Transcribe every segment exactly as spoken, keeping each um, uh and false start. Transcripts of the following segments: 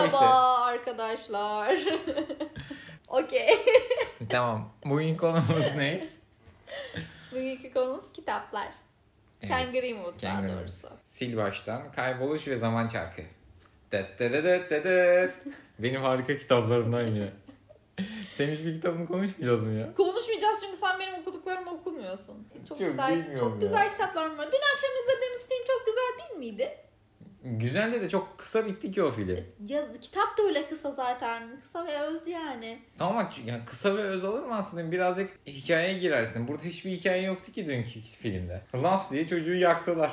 Merhaba işte. arkadaşlar. Okey. Tamam. Bugün konumuz ne? Bugünkü konumuz kitaplar. Evet. Ken Greenwood daha Ken doğrusu. Sil baştan. Kayboluş ve Zaman Çarkı. Dıt dıt dıt dıt dıt. Benim harika kitaplarımdan yine. Senin hiçbir kitabını konuşmayacağız mı ya? Konuşmayacağız çünkü sen benim okuduklarımı okumuyorsun. Çok, Çok güzel, bilmiyorum çok ya. güzel kitaplarım var. Dün akşam izlediğimiz film çok güzel değil miydi? Güzel de çok kısa bitti ki o film. Ya, kitap da öyle kısa zaten. Kısa ve öz yani. Tamam bak yani kısa ve öz olur mu aslında? Birazcık hikayeye girersin. Burada hiçbir hikaye yoktu ki dünkü filmde. Laps diye çocuğu yaktılar.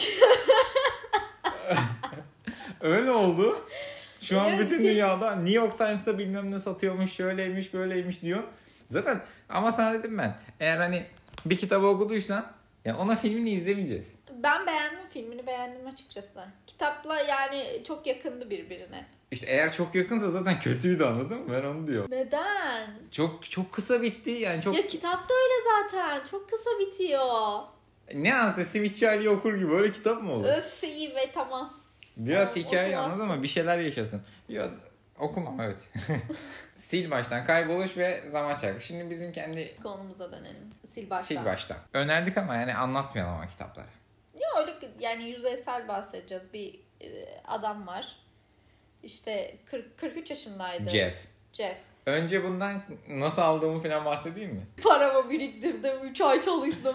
Öyle oldu. Şu an Evet, bütün film- dünyada New York Times'ta bilmem ne satıyormuş, şöyleymiş, böyleymiş diyor. Zaten ama sana dedim ben, eğer hani bir kitabı okuduysan ya ona filmini izlemeyeceğiz. Ben beğendim, filmini beğendim açıkçası. Kitapla yani çok yakındı birbirine. İşte eğer çok yakınsa zaten kötüydü, anladın mı? Ben onu diyorum. Neden? Çok çok kısa bitti yani çok. Ya kitap da öyle zaten. Çok kısa bitiyor. Ne aslında Simitçi Ali okur gibi öyle kitap mı olur? Öf, iyi ve tamam. Biraz Tamam, hikaye okumazsın. anladın mı? Bir şeyler yaşasın. Ya okumam, evet. Sil baştan, kayboluş ve zaman çarkı. Şimdi bizim kendi Konumuza dönelim. Sil baştan. sil baştan. Önerdik ama yani anlatmayalım ama kitapları. Ya öyle yani yüzeysel bahsedeceğiz. Bir e, adam var. İşte kırk, kırk üç yaşındaydı. Jeff. Jeff. Önce bundan nasıl aldığımı falan bahsedeyim mi? Paramı biriktirdim. üç ay çalıştım.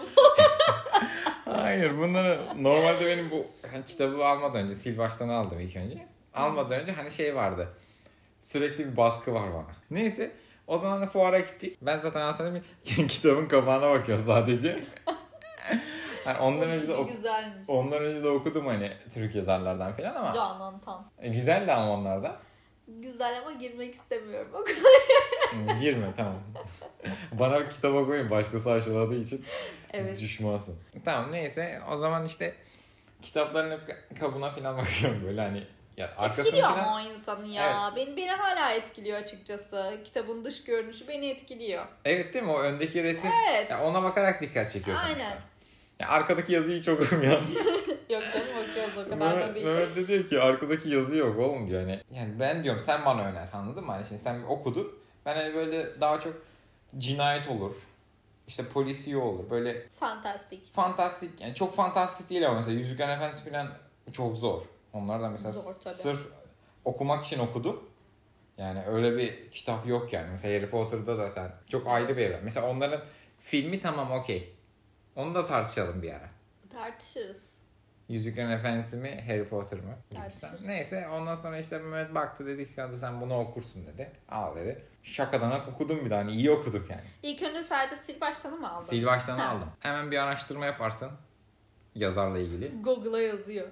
Hayır, bunları normalde benim bu hani kitabı almadan önce, sil baştan aldım ilk önce. Almadan önce hani şey vardı. Sürekli bir baskı var bana. Neyse, o zaman da fuara gittik. Ben zaten aslında bir kitabın kapağına bakıyorum sadece. Yani ondan önce de ok- güzelmiş. ondan önce de okudum hani Türk yazarlardan falan ama Canan Tan. e, güzel de Almanlardan. Güzel ama girmek istemiyorum. O kadar. Hmm, Girme tamam. Bana kitaba koyun, başkası aşıladığı için Evet. düşmansın. Tamam neyse, o zaman işte kitapların hep kabına falan bakıyorum böyle hani. Ya arkasını Etkiliyor falan... ama o insanı ya. Beni, beni hala etkiliyor açıkçası. Kitabın dış görünüşü beni etkiliyor. Evet değil mi, o öndeki resim. Evet. Ya ona bakarak dikkat çekiyor sonuçta. Aynen. Ya arkadaki yazıyı çok okumuyor. Yok canım, okuyoruz o kadar da Mehmet, değil. Mehmet de diyor ki arkadaki yazı yok oğlum diyor hani. Yani ben diyorum sen bana öner, anladın mı? Hani şimdi sen okudun. Ben hani böyle daha çok cinayet olur. İşte polisiye olur. Böyle Fantastik. fantastik, yani çok fantastik değil ama mesela Yüzüklerin Efendisi falan çok zor. Onlar da mesela Zor tabii. sırf okumak için okudum. Yani öyle bir kitap yok yani. Mesela Harry Potter'da da sen çok ayrı bir evren. Mesela onların filmi tamam okey. Onu da tartışalım bir ara. Tartışırız. Yüzüklerin Efendisi mi, Harry Potter mı? Tartışırız. Neyse, ondan sonra işte Mehmet baktı, dedi ki hadi sen bunu okursun dedi. Al dedi. Şakadan okudum bir daha, hani iyi okuduk yani. İlk önce sadece sil baştanı mı aldın? Sil baştan Ha. aldım. Hemen bir araştırma yaparsın yazarla ilgili. Google'a yazıyor.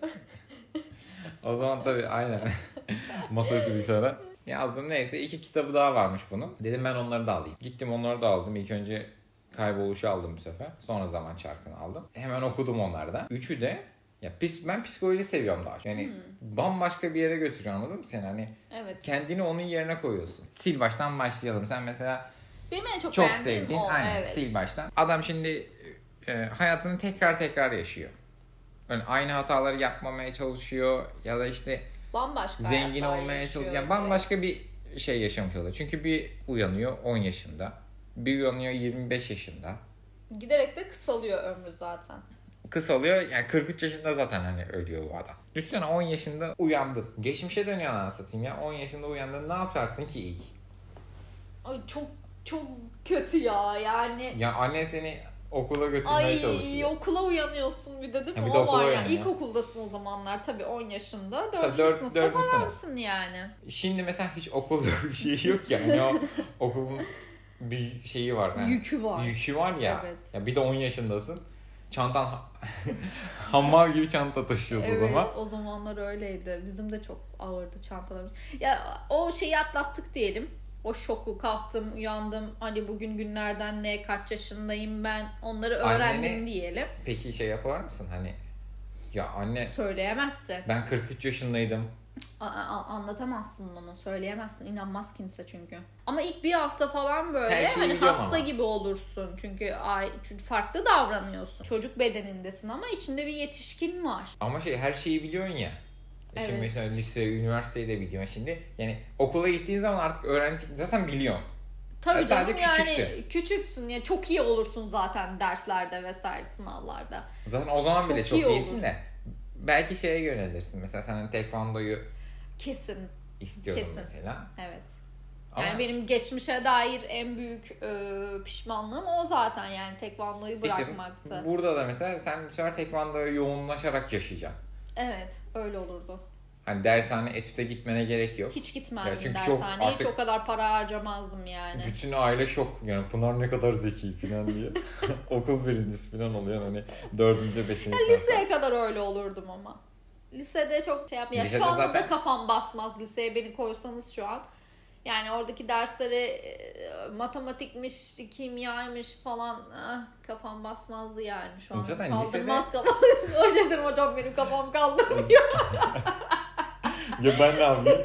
O zaman tabii aynen masaüstü bilgisayara yazdım. Neyse, iki kitabı daha varmış bunun. Dedim ben onları da alayım. Gittim onları da aldım. İlk önce Kayboluş'u aldım bu sefer. Sonra Zaman Çarkı'nı aldım. Hemen okudum onları da. Üçü de ya pis, ben psikoloji seviyorum daha çok. Yani Hmm. bambaşka bir yere götürüyor, anladın mı sen? Hani Evet. kendini onun yerine koyuyorsun. Sil baştan başlayalım. Sen mesela Benim en çok, çok beğendiğim sevdiğin o. aynen Evet. sil baştan. Adam şimdi e, hayatını tekrar tekrar yaşıyor. Yani aynı hataları yapmamaya çalışıyor ya da işte Bambaşka zengin hayatlar olmaya yaşıyor. çalışıyor. Yani bambaşka bir şey yaşamış oluyor. Çünkü bir uyanıyor on yaşında. Bir uyanıyor yirmi beş yaşında. Giderek de kısalıyor ömrü zaten. Kısalıyor. Yani kırk üç yaşında zaten hani ölüyor bu adam. Düşünsene on yaşında uyandın. Geçmişe dönüyor anasını satayım ya. on yaşında uyandın, ne yaparsın ki ilk? Ay çok çok kötü ya yani. Ya annen seni okula götürmeye Ay çalışıyor. okula uyanıyorsun bir de değil mi? Ha, bir de O okula var ya. uyanıyor. İlkokuldasın o zamanlar tabii on yaşında. Tabii Dördüncü dört- sınıfta dördüncü sınıf. falansın yani. Şimdi mesela hiç okul yok, bir şey yok ya. Yani o okulun bir şeyi var. Yani. Yükü var. Yükü var ya. Evet. Ya bir de on yaşındasın. Çantan hammal gibi çanta taşıyorsun Evet, o zaman. o zamanlar öyleydi. Bizim de çok ağırdı çantalarımız. Ya o şeyi atlattık diyelim. O şoku, kalktım, uyandım. Hani bugün günlerden ne, kaç yaşındayım ben, onları öğrendim Annene- diyelim. Peki şey yapar mısın? Hani ya anne Söyleyemezsin. ben kırk üç yaşındaydım. A- a- anlatamazsın bunu. Söyleyemezsin. İnanmaz kimse çünkü. Ama ilk bir hafta falan böyle Her şeyi hani biliyorum hasta ama. gibi olursun. Çünkü ay çünkü farklı davranıyorsun. Çocuk bedenindesin ama içinde bir yetişkin var. Ama şey, her şeyi biliyorsun ya. Evet. Şimdi Evet. mesela lise, üniversiteyi de biliyorsun şimdi. Yani okula gittiğin zaman artık öğrenci zaten biliyorsun. Tabii Yani canım sadece yani küçüksün. küçüksün ya, çok iyi olursun zaten derslerde vesaire, sınavlarda. Zaten o zaman bile Çok çok iyi iyisin olur. de belki şeye yönelirsin. Mesela sen tekvandoyu Kesin. istiyordun Kesin. mesela. Evet. Ama Yani benim geçmişe dair en büyük e, pişmanlığım o zaten, yani tekvandoyu bırakmaktı. işte burada da mesela sen bu sefer tekvandoya yoğunlaşarak yaşayacaksın. Evet, öyle olurdu. Hani dershane, etüte gitmene gerek yok. Hiç gitmezdim Ya çünkü dershaneye. çok artık Hiç o kadar para harcamazdım yani. bütün aile şok. Yani Pınar ne kadar zeki falan diye. Okul birincisi falan oluyor hani dördüncü, beşinci Ya, sınıfta. liseye kadar öyle olurdum ama. Lisede çok şey yapmıyor. Lisede Şu anda zaten- da kafam basmaz liseye beni koysanız şu an. Yani oradaki dersleri e, matematikmiş, kimyaymış falan, ah, kafam basmazdı yani şu an. Zaten Kaldırmaz lisede- kafam. Hocam dedim, hocam benim kafam kaldırmıyor. Ya ben ne yapayım?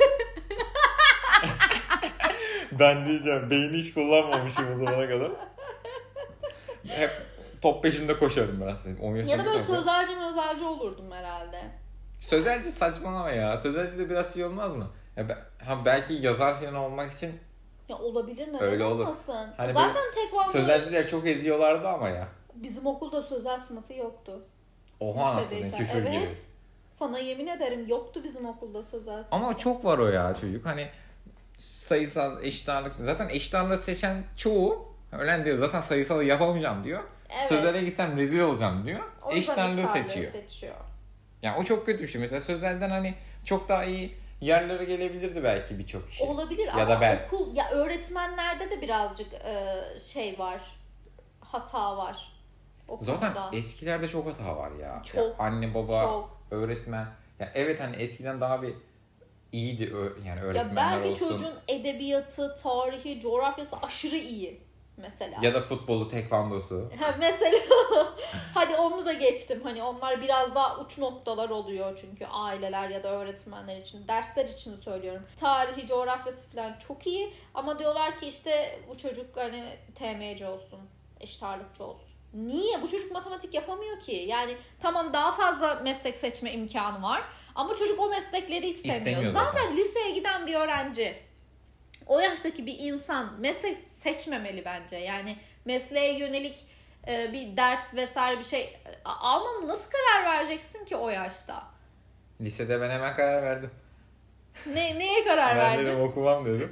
Ben diyeceğim beyni hiç kullanmamışım o zamana kadar. Hep top peşinde koşarım ben aslında. on Ya da yaşındaki böyle çocuk. sözelci mözelci olurdum herhalde. Sözelci saçmalama ya. Sözelci de biraz şey olmaz mı? Ya be- ha belki yazar falan olmak için Ya olabilir, neden Öyle olur. olmasın? Hani Zaten tekvando sözelciler çok eziyorlardı ama ya. bizim okulda sözel sınıfı yoktu. Oha aslında Lisedeyken. küfür evet. gibi. Sana yemin ederim yoktu bizim okulda sözel sınıfı. Ama çok var o ya çocuk. Hani sayısal eşit ağırlık. Zaten eşit ağırlığı seçen çoğu öyle diyor. Zaten sayısalı yapamayacağım diyor. Evet. Sözele gitsem rezil olacağım diyor. O Eşit yüzden ağırlığı eşit ağırlığı seçiyor. seçiyor. Yani o çok kötü bir şey. Mesela sözelden hani çok daha iyi yerlere gelebilirdi belki birçok kişi. Olabilir Ya ama da ben. okul, ya öğretmenlerde de birazcık e, şey var. Hata var. O Zaten konuda. eskilerde çok hata var ya. Çok, Ya anne baba, çok. öğretmen. Ya evet hani eskiden daha bir iyiydi ö- yani Ya öğretmenler belki olsun. çocuğun edebiyatı, tarihi, coğrafyası aşırı iyi mesela. Ya da futbolu, tekvandosu. Ha, mesela hadi onu da geçtim. Hani onlar biraz daha uç noktalar oluyor çünkü aileler ya da öğretmenler için, dersler için söylüyorum. Tarihi, coğrafyası falan çok iyi ama diyorlar ki işte bu çocuk hani T M C olsun, eşit ağırlıkçı olsun. Niye? Bu çocuk matematik yapamıyor ki. Yani tamam, daha fazla meslek seçme imkanı var ama çocuk o meslekleri istemiyor. İstemiyor zaten. zaten. Liseye giden bir öğrenci, o yaştaki bir insan meslek seçmemeli bence. Yani mesleğe yönelik e, bir ders vesaire bir şey a- almam, nasıl karar vereceksin ki o yaşta? Lisede ben hemen karar verdim. Ne neye karar Ben verdin? dedim okumam dedim.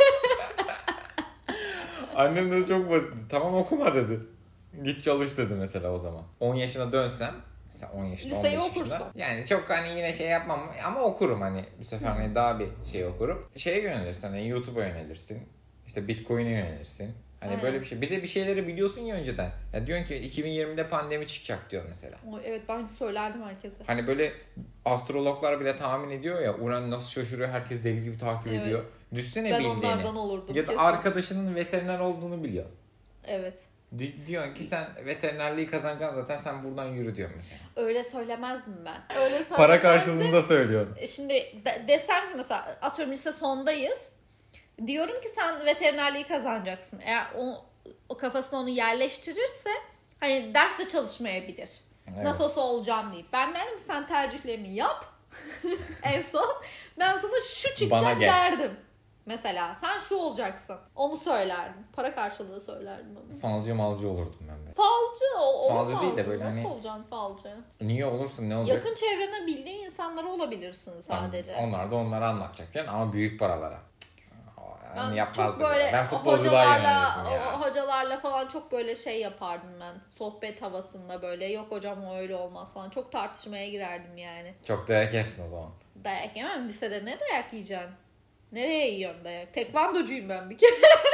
Annem de çok basit. Tamam okuma dedi. Git çalış dedi mesela o zaman. on yaşına dönsem mesela on yaşında, Liseyi on beş yaşında. okursun. Yani çok hani yine şey yapmam ama okurum hani bu sefer hani daha bir şey okurum. Şeye yönelirsin hani YouTube'a yönelirsin. İşte Bitcoin'e yönelirsin. Hani Aynen. böyle bir şey. Bir de bir şeyleri biliyorsun ya önceden. Ya diyorsun ki iki bin yirmide pandemi çıkacak diyor mesela. O, evet, ben söylerdim herkese. Hani böyle astrologlar bile tahmin ediyor ya Uran nasıl şaşırıyor, herkes deli gibi takip Evet. ediyor. Düşsene Ben bildiğini. onlardan olurdum. Ya da kesin. arkadaşının veteriner olduğunu biliyor. Evet. Di- diyorsun ki sen veterinerliği kazanacaksın zaten sen buradan yürü diyor mesela. Öyle söylemezdim ben. Öyle Para söylemezdim. karşılığında söylüyorsun. E Şimdi de- desem ki mesela atıyorum lise sondayız. Diyorum ki sen veterinerliği kazanacaksın. Eğer o, o kafasına onu yerleştirirse hani derste çalışmayabilir. Evet. Nasıl olsa olacağım deyip. Ben derim ki sen tercihlerini yap. En son ben sana şu Bana çıkacak gel. derdim. Mesela sen şu olacaksın. Onu söylerdim. Para karşılığı söylerdim onu. Falcı malcı olurdum ben be. Falcı ol, Falcı olamaz. değil de böyle Nasıl hani- olacaksın falcı? Niye olursun ne olacak? Yakın çevrene bildiğin insanlara olabilirsin sadece. Tamam, onlar da onlara anlatacak yani ama büyük paralara. Yani Ben yapmazdım çok böyle ya. Ben futbolculuğa hocalarla, yönelirdim ya. o- hocalarla falan çok böyle şey yapardım ben. Sohbet havasında böyle. Yok hocam o öyle olmaz falan. Çok tartışmaya girerdim yani. Çok dayak yersin o zaman. Dayak yemem. Lisede ne dayak yiyeceksin? Nereye yiyorsun dayak? Tekvandocuyum ben bir kere.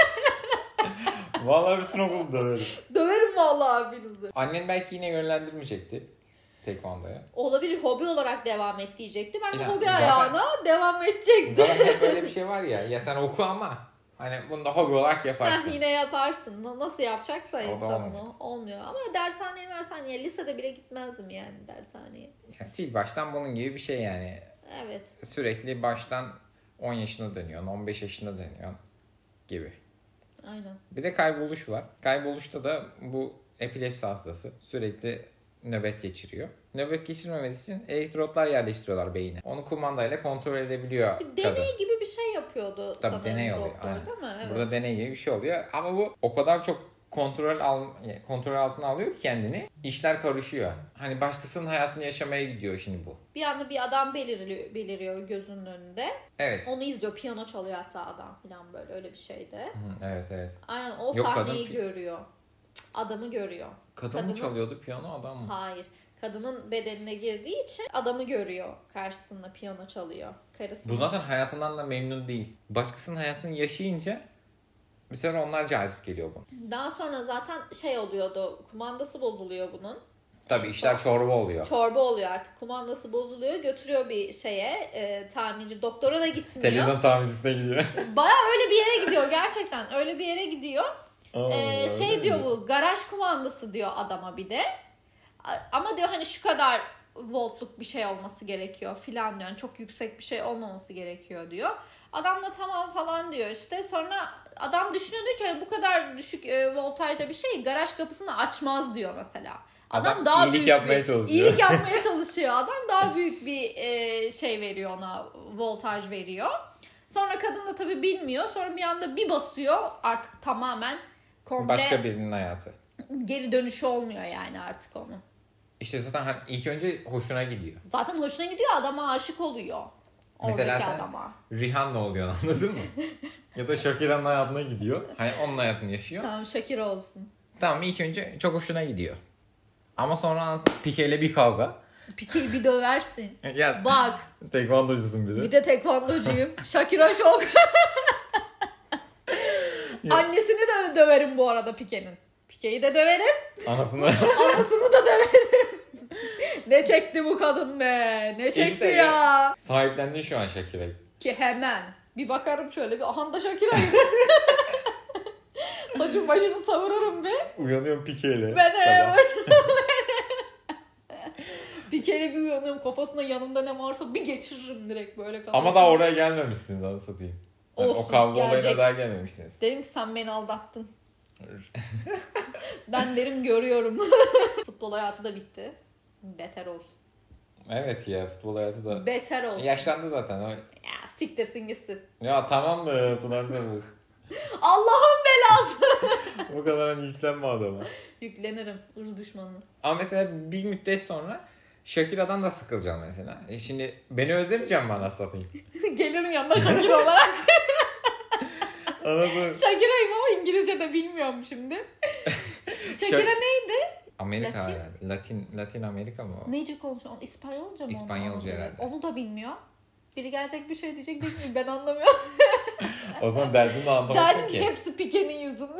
Vallahi bütün okulu döverim. Döverim vallahi abinizi. Annen belki yine yönlendirmeyecekti tekvandoya. Olabilir, hobi olarak devam et diyecekti. Ben de Ya, hobi zaten- ayağına devam edecektim. Zaten hep böyle bir şey var ya. Ya sen oku ama hani bunu da hobi olarak yaparsın. Heh, yine yaparsın. Na- Nasıl yapacaksa O da insan olmuyor. onu. Olmuyor. Ama dershaneye dershaneye lisede bile gitmezdim yani dershaneye. Ya sil baştan bunun gibi bir şey yani. Evet. Sürekli baştan on yaşına dönüyorsun, on beş yaşına dönüyorsun gibi. Aynen. Bir de kayboluş var. Kayboluşta da bu epilepsi hastası sürekli nöbet geçiriyor. Nöbet geçirmemesi için elektrotlar yerleştiriyorlar beyine. Onu kumandayla kontrol edebiliyor Bir kadın. deney gibi bir şey yapıyordu Tabii sanırım deney oluyor. doktor, Aynen. değil mi? Evet. Burada deney gibi bir şey oluyor. Ama bu o kadar çok kontrol al kontrol altına alıyor ki kendini. İşler karışıyor. Hani başkasının hayatını yaşamaya gidiyor şimdi bu. Bir anda bir adam belirliyor, beliriyor gözünün önünde. Evet. Onu izliyor. Piyano çalıyor hatta adam falan, böyle öyle bir şeyde. Hı, evet evet. Aynen o Yok, sahneyi kadın- görüyor. Adamı görüyor. Kadın mı Kadının- çalıyordu piyano adam mı? Hayır. Kadının bedenine girdiği için adamı görüyor. Karşısında piyano çalıyor. Karısı. Bu zaten hayatından da memnun değil. Başkasının hayatını yaşayınca bir sefer onlar cazip geliyor bu. Daha sonra zaten şey oluyordu. Kumandası bozuluyor bunun. Tabii işler çorba oluyor. Çorba oluyor artık. Kumandası bozuluyor. Götürüyor bir şeye. E, tamirci. Doktora da gitmiyor. Televizyon tamircisine gidiyor. Baya öyle bir yere gidiyor gerçekten. Öyle bir yere gidiyor. Aa, Ee, şey öyle diyor mi? bu, garaj kumandası diyor adama bir de. A- Ama diyor hani şu kadar voltluk bir şey olması gerekiyor filan diyor. Yani çok yüksek bir şey olmaması gerekiyor diyor. Adam da tamam falan diyor işte. Sonra adam düşünüyor diyor ki hani bu kadar düşük e, voltajda bir şey garaj kapısını açmaz diyor mesela. Adam, Adam daha iyilik büyük yapmaya bir, çalışıyor. iyilik yapmaya çalışıyor. Adam daha büyük bir e, şey veriyor ona, voltaj veriyor. Sonra kadın da tabii bilmiyor. Sonra bir anda bir basıyor artık tamamen komple Başka birinin hayatı. geri dönüşü olmuyor yani artık onun. İşte zaten hani ilk önce hoşuna gidiyor. Zaten hoşuna gidiyor, adama aşık oluyor. Oradaki Mesela sen adama. Rihanna oluyor anladın mı? Ya da Shakira'nın hayatına gidiyor. Hani onun hayatını yaşıyor. Tamam Şakir olsun. Tamam ilk önce çok hoşuna gidiyor. Ama sonra Pique ile bir kavga. Pike'yi bir döversin. Ya Bak tekvandocusun bir de. bir de tekvandocuyum. Şakir'a şok. Annesini de döverim bu arada Pike'nin. Pike'yi de döverim. Anasını. Anasını da döverim. Ne çekti bu kadın be. Ne çekti İşte ya. ya. Sahiplendin şu an Shakira'yı. Ki hemen. Bir bakarım şöyle bir. Aha da Shakira'yım. Saçım başımı savururum be. Uyanıyorum Pique ile. Ben sabah. Bir kere bir uyanıyorum kafasına, yanında ne varsa bir geçiririm direkt böyle kafasına. Ama daha oraya gelmemişsiniz anı satayım. Yani Olsun, o kavga gelecek. olayına daha gelmemişsiniz. Derim ki sen beni aldattın. Ben derim görüyorum. Futbol hayatı da bitti. Beter olsun. Evet ya futbol hayatı da. Beter olsun. Yaşlandı zaten. O- Ya siktirsin gitsin. Ya tamam mı Pınar Serbest? Allah'ın belası. O kadar hani yüklenme adama. Yüklenirim. Irz düşmanı. Ama mesela bir müddet sonra Shakira'dan da sıkılacaksın mesela. E şimdi beni özlemeyeceğim mi anasını satayım? Gelirim yanına Şakir olarak. Anasını... Şakir'ayım ama İngilizce de bilmiyorum şimdi. Şakir'a Şak- neydi? Amerika Latin? herhalde. Latin, Latin Amerika mı o? Neyce konuşuyor? İspanyolca mı? İspanyolca onu? herhalde. Onu da bilmiyor. Biri gelecek bir şey diyecek değil mi? Ben anlamıyorum. O zaman derdini de anlatamazsın Derdim ki ki. hepsi Pike'nin yüzünden.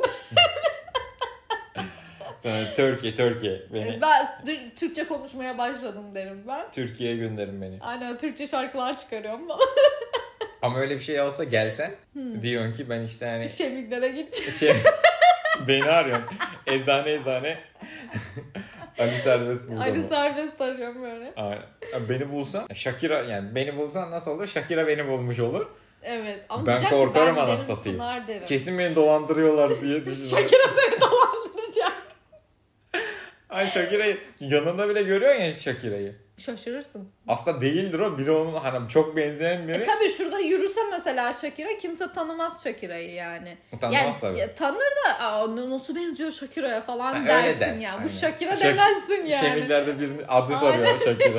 Sana Türkiye, Türkiye. Beni Ben Tür- Türkçe konuşmaya başladım derim ben. Türkiye'ye gönderin beni. Aynen Türkçe şarkılar çıkarıyorum falan. Ama öyle bir şey olsa gelsen Hmm. diyorsun ki ben işte hani Şemiklere gideceğim. şey beni arıyorsun. Eczane eczane. Ali Serbest burada Aynı mı? serbest arıyorum böyle. Aynen. Beni bulsan Shakira yani beni bulsan nasıl olur? Shakira beni bulmuş olur. Evet. Ama Ben diyecek ki, korkarım ben anasını giderim satayım. Pınar derim. Kesin beni dolandırıyorlar diye düşünüyorum. Shakira seni dolandıracak. Ay Shakira'yı yanında bile görüyorsun ya Shakira'yı. Şaşırırsın. Aslında değildir o. Biri onun hani çok benzeyen biri. E tabii şurada yürüse mesela Shakira kimse tanımaz Shakira'yı yani. Tanımaz yani tabii. ya, tanır da Aa, o nasıl benziyor Shakira'ya falan Ha, öyle dersin der, ya. Bu aynen. Shakira Şak- demezsin yani. Şemillerde birini adres Aynen. arıyor Shakira.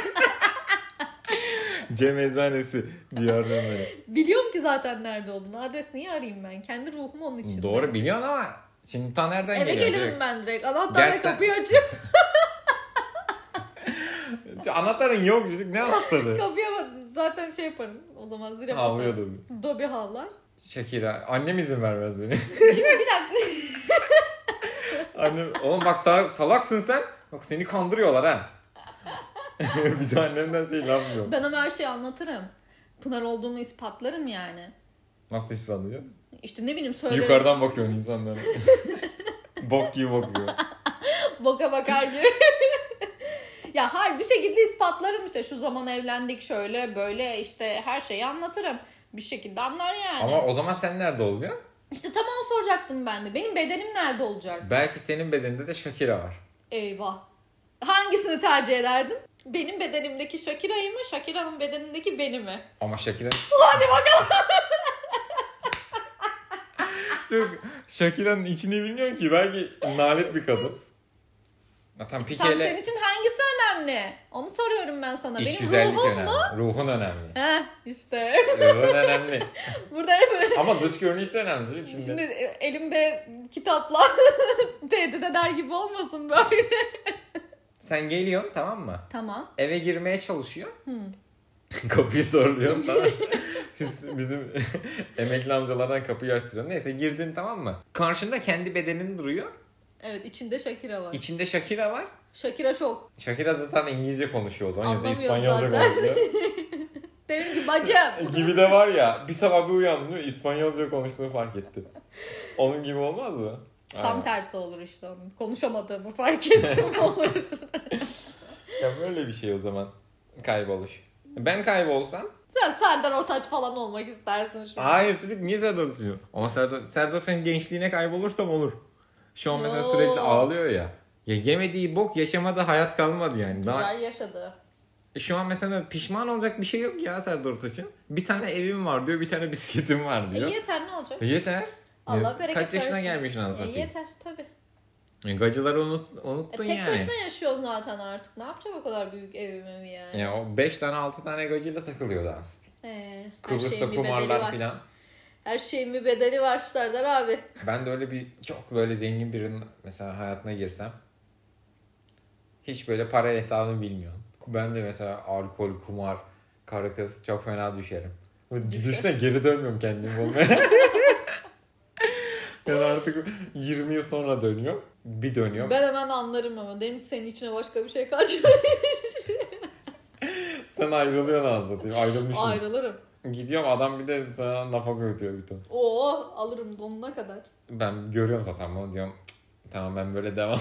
Cem Eczanesi diyardan böyle. Biliyorum ki zaten nerede olduğunu. Adres niye arayayım ben? Kendi ruhum onun içinde. Doğru biliyorsun ama şimdi ta nereden Eve geliyor? gelirim direkt? ben direkt. Anahtarla Gelsen- kapıyı açıp Anahtarın yok çocuk ne anahtarı? kapıya bak- zaten şey yaparım. O zaman zile basarım. Havlıyordur. Dobi havlar. Shakira. Annem izin vermez beni. Şimdi bir dakika. Annem, oğlum bak sal- salaksın sen. Bak seni kandırıyorlar ha. Bir de annemden şey laf yok. Ben ama her şeyi anlatırım. Pınar olduğumu ispatlarım yani. Nasıl ifade İşte ne bileyim söylerim. Yukarıdan bakıyorsun insanlara. Bok gibi bakıyor. Boka bakar gibi. Ya hayır bir şekilde ispatlarım işte. Şu zaman evlendik şöyle böyle işte her şeyi anlatırım. Bir şekilde anlar yani. Ama o zaman sen nerede olacaksın? İşte tam onu soracaktım ben de. Benim bedenim nerede olacak? Belki senin bedeninde de Shakira var. Eyvah. Hangisini tercih ederdin? Benim bedenimdeki Shakira'yı mı, Shakira'nın bedenindeki beni mi? Ama Shakira... Hadi bakalım. Çok Shakira'nın içini bilmiyorum ki. Belki nalet bir kadın. Ya, tam Tam Pike'yle senin için hangisi önemli? Onu soruyorum ben sana. iç Benim güzellik ruhum önemli. mu? Ruhun önemli. Heh işte. Ruhun önemli. Burada hep Ama dış görünüş de önemli. Çocuk şimdi Şimdi... elimde kitapla tehdit eder gibi olmasın böyle. Sen geliyorsun, tamam mı? Tamam. Eve girmeye çalışıyor. Hmm. Kapıyı zorluyorum, tamam. Biz- Bizim emekli amcalardan kapıyı açtırıyor. Neyse girdin, tamam mı? Karşında kendi bedenin duruyor. Evet, içinde Shakira var. İçinde Shakira var. Shakira şok. Shakira zaten İngilizce konuşuyor o zaman ya da Anlamıyor İspanyolca zaten. konuşuyor. Derim ki bacım. Gibi de var ya, bir sabah bir uyandım diyor, İspanyolca konuştuğunu fark ettim. Onun gibi olmaz mı? Tam Aynen. tersi olur işte onun. Konuşamadığımı fark ettim olur. Ya böyle bir şey o zaman. Kayboluş. Ben kaybolsam? Sen Serdar Ortaç falan olmak istersin şu an. Hayır çocuk, niye Serdar Ortaç'ı? Ama Serdar, Serdar senin gençliğine kaybolursam olur. Şu an mesela Oo. sürekli ağlıyor ya. Ya yemediği bok, yaşamadı hayat kalmadı yani. Daha... Güzel yaşadı. Şu an mesela pişman olacak bir şey yok ya Serdar Ortaç'ın. Bir tane evim var diyor, bir tane bisikletim var E diyor. yeter, ne olacak? E yeter. Allah Ya bereket kaç yaşına versin. gelmişsin anasını E satayım. yeter tabii. E gacıları unut, E unuttun tek yani. başına yaşıyor zaten artık. Ne yapacak o kadar büyük evime mi yani? Ya o beş tane altı tane gacıyla takılıyordu aslında. Ee, her Kıbrıs'ta şeyin bir bedeli kumarlar var. filan. Her şeyin bir bedeli var Serdar abi. Ben de öyle bir çok böyle zengin birinin mesela hayatına girsem, hiç böyle para hesabını bilmiyorum. Ben de mesela alkol, kumar, karı kız çok fena düşerim. Düşünsene geri dönmüyorum kendimi bulmaya. Yani artık yirmi yıl sonra dönüyorum. Bir dönüyorum. Ben hemen anlarım ama. Derim ki senin içine başka bir şey kaçmış. Sen ayrılıyorsun anlatayım. Ayrılmışsın. Ayrılırım. Gidiyorum, adam bir de sana nafaka ötüyor bir ton. Oo, alırım donuna kadar. Ben görüyorum zaten bunu, diyorum "Cık, tamam ben böyle devam."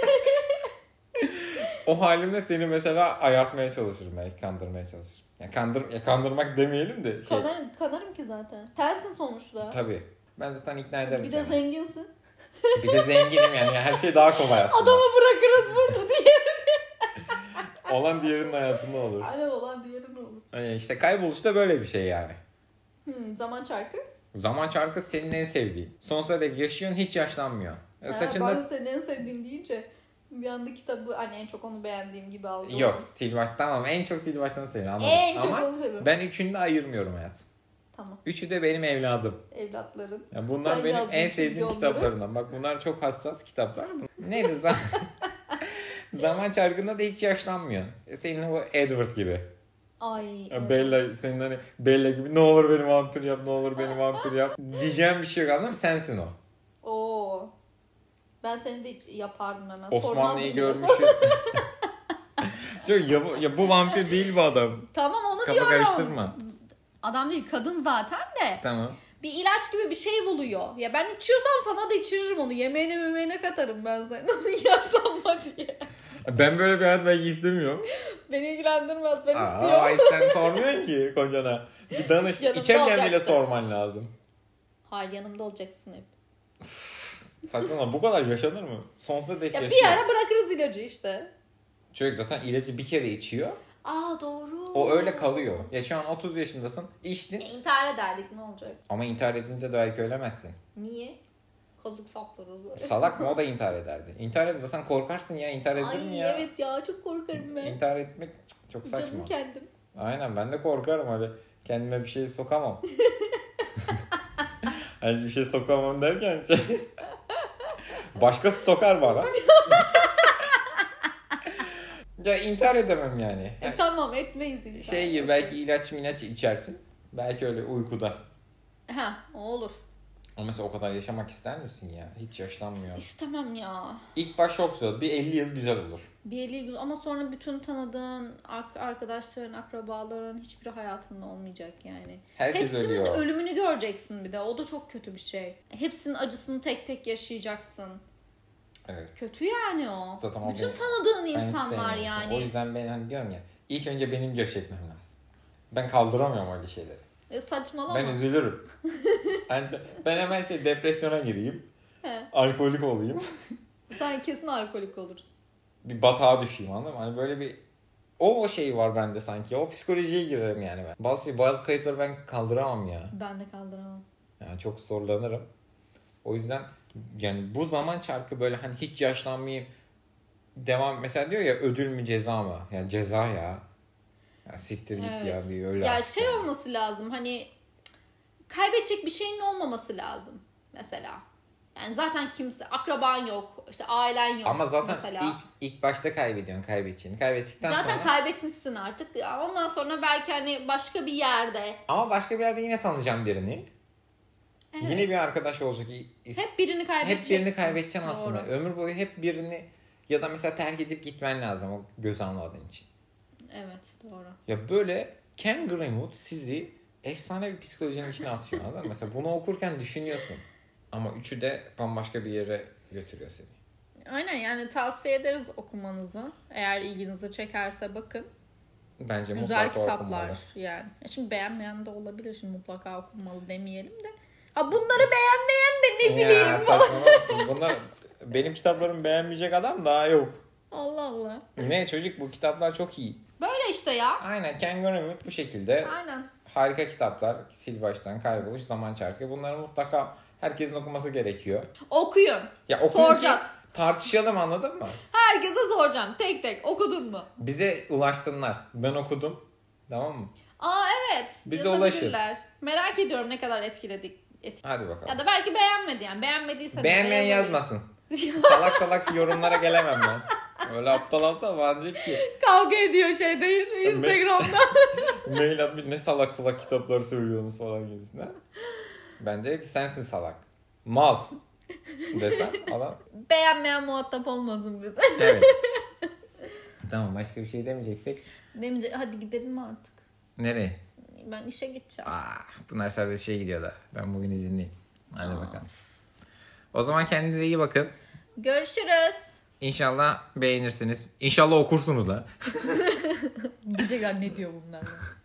O halimle seni mesela ayartmaya çalışırım, belki kandırmaya çalışırım. Ya, kandır, ya kandırmak demeyelim de. Şey, Kanarım, kanarım ki zaten. Tersin sonuçta. tabii. Ben zaten ikna ederim Bir de seni. zenginsin. Bir de zenginim yani. Her şey daha kolay aslında. Adamı bırakırız burada diye. Olan diğerinin hayatında olur. Aynen, olan diğeri ne olur? Yani işte kayboluş da böyle bir şey yani. Hmm, zaman çarkı. Zaman çarkı senin en sevdiğin. Sonsuza dek yaşıyorsun, hiç yaşlanmıyor. Ha, Saçında... ben senin en sevdiğin deyince bir anda kitabı hani en çok onu beğendiğim gibi aldım. Yok, Silvaç tamam, en çok Silvaç'tan seviyorum, anladım. En çok Ama onu seviyorum. ben üçünü de ayırmıyorum hayatım. Tamam. Üçü de benim evladım. Evlatların. Ya bunlar Sen benim yazdın en çünkü sevdiğim onları. kitaplarından. Bak bunlar çok hassas kitaplar. Neyse zaman, zaman çarkında da hiç yaşlanmıyor. Senin o Edward gibi. Ay. Ya evet. Bella, senin hani Bella gibi, ne olur beni vampir yap, ne olur beni vampir yap. Diyeceğim bir şey yok, anladın mı? Sensin o. Oo. Ben seni de hiç yapardım hemen. Osmanlı'yı Sormazdım bile. görmüşsün. Çok ya bu, ya bu vampir değil bu adam. Tamam, onu Kafa diyorum. karıştırma. Adam değil, kadın zaten de. Tamam. Bir ilaç gibi bir şey buluyor. Ya ben içiyorsam sana da içiririm onu. Yemeğine memeğine katarım ben sana. Yaşlanma diye. Ben böyle bir hayat belki istemiyorum. Beni ilgilendirmez, ben Aa, istiyorum. ay sen sormuyorsun ki kocana. Bir danış. Yanımda İçerken bile olacaksın. sorman lazım. Hayır, yanımda olacaksın hep. Saçmalama, bu kadar yaşanır mı? Sonsuza dek Ya yaşıyor. bir ara bırakırız ilacı işte. Çocuk zaten ilacı bir kere içiyor. Aa, doğru. O öyle kalıyor. Ya şu an otuz yaşındasın, içtin. Ya, intihar ederdik, ne olacak? Ama intihar edince de belki ölemezsin. Niye? Kazık saplarız böyle. Salak mı, o da intihar ederdi. İntihar ed zaten korkarsın ya, intihar edilir mi Ay ya? evet ya, çok korkarım ben. İntihar etmek cık, çok saçma. Canım kendim. Aynen, ben de korkarım, öyle kendime bir şey sokamam. Hani bir şey sokamam derken şey... Başkası sokar bana. Ya intihar edemem yani. E, tamam, etmeyiz intihar. Şey gibi, belki ilaç milaç içersin. Belki öyle uykuda. Ha, o olur. Ama mesela o kadar yaşamak ister misin ya? Hiç yaşlanmıyor. İstemem ya. İlk baş çok zor. Bir elli yıl güzel olur. Bir eli güzel ama sonra bütün tanıdığın ar- arkadaşların, akrabaların hiçbiri hayatında olmayacak yani. Herkes Hepsinin ölüyor. ölümünü göreceksin bir de. O da çok kötü bir şey. Hepsinin acısını tek tek yaşayacaksın. Evet. Kötü yani o. Zaten o bütün benim- tanıdığın Ben insanlar sevmiyorum. yani. O yüzden ben hani diyorum ya, ilk önce benim göçetmem lazım. Ben kaldıramıyorum öyle şeyleri. E, saçmalama. Ben üzülürüm. Bence ben hemen şey depresyona gireyim. He. Alkolik olayım. Sen kesin alkolik olursun. bir batağa düşeyim, anladın mı? Hani böyle bir o, o şey var bende sanki. O psikolojiye girerim yani ben. Bazı bazı kayıpları ben kaldıramam ya. Ben de kaldıramam. Yani çok zorlanırım. O yüzden yani bu zaman çarkı böyle hani hiç yaşlanmayayım. Devam mesela diyor ya, ödül mü ceza mı? Ya ceza ya. Ya siktir git Evet. ya, bir öyle. Ya şey olması lazım, hani kaybedecek bir şeyin olmaması lazım mesela. Yani zaten kimse, akraban yok, işte ailen yok. Ama zaten mesela. ilk ilk başta kaybediyorsun kaybedeceğini. Kaybettikten Zaten sonra. kaybetmişsin artık. Ondan sonra belki hani başka bir yerde. Ama başka bir yerde yine tanıyacağım birini. Evet. Yine bir arkadaş olacak. Hep birini kaybedeceksin. Hep birini kaybedeceksin aslında. Doğru. Ömür boyu hep birini, ya da mesela terk edip gitmen lazım o göz almadığın için. Evet, doğru. Ya böyle Ken Greenwood sizi efsane bir psikolojinin içine atıyor, anladın mı? Mesela bunu okurken düşünüyorsun. Ama üçü de bambaşka bir yere götürüyor seni. Aynen, yani tavsiye ederiz okumanızı. Eğer ilginizi çekerse bakın. Bence güzel mutlaka kitaplar okunmalı. yani. Şimdi beğenmeyen de olabilir. Şimdi mutlaka okunmalı demeyelim de. Ha, bunları beğenmeyen de ne bileyim. Ya saçmalarsın. Bunlar benim kitaplarımı beğenmeyecek adam daha yok. Allah Allah. Ne çocuk, bu kitaplar çok iyi. Böyle işte ya. Aynen, Ken Greenwood bu şekilde. Aynen. Harika kitaplar. Sil baştan, Kayboluş, Zaman Çarkı. Bunları mutlaka herkesin okuması gerekiyor. Okuyun. Ya okuyun Soracağız. ki tartışalım, anladın mı? Herkese soracağım tek tek. Okudun mu? Bize ulaşsınlar. Ben okudum. Tamam mı? Aa evet. Bize yazabilirler. Merak ediyorum ne kadar etkiledik. Etki- Hadi bakalım. Ya da belki beğenmedi yani. Beğenmediyse de Beğenmeyen yazabilir. yazmasın. Salak salak yorumlara gelemem ben. Öyle aptal aptal bana diyecek ki. Kavga ediyor şeyde Instagram'da. Mail atmış, ne salak salak kitapları söylüyorsunuz falan gibisinden. Ben de ki sensin salak. Mal. Desem adam. Beğenmeyen muhatap olmasın bize. Evet. Tamam, başka bir şey demeyeceksek. Demeyecek. Hadi gidelim artık. Nereye? Ben işe gideceğim. Aa, Pınar serbest şey gidiyor da. Ben bugün izinliyim. Hadi Aa. bakalım. O zaman kendinize iyi bakın. Görüşürüz. İnşallah beğenirsiniz. İnşallah okursunuz la. Diyecekler ne diyor bunlar?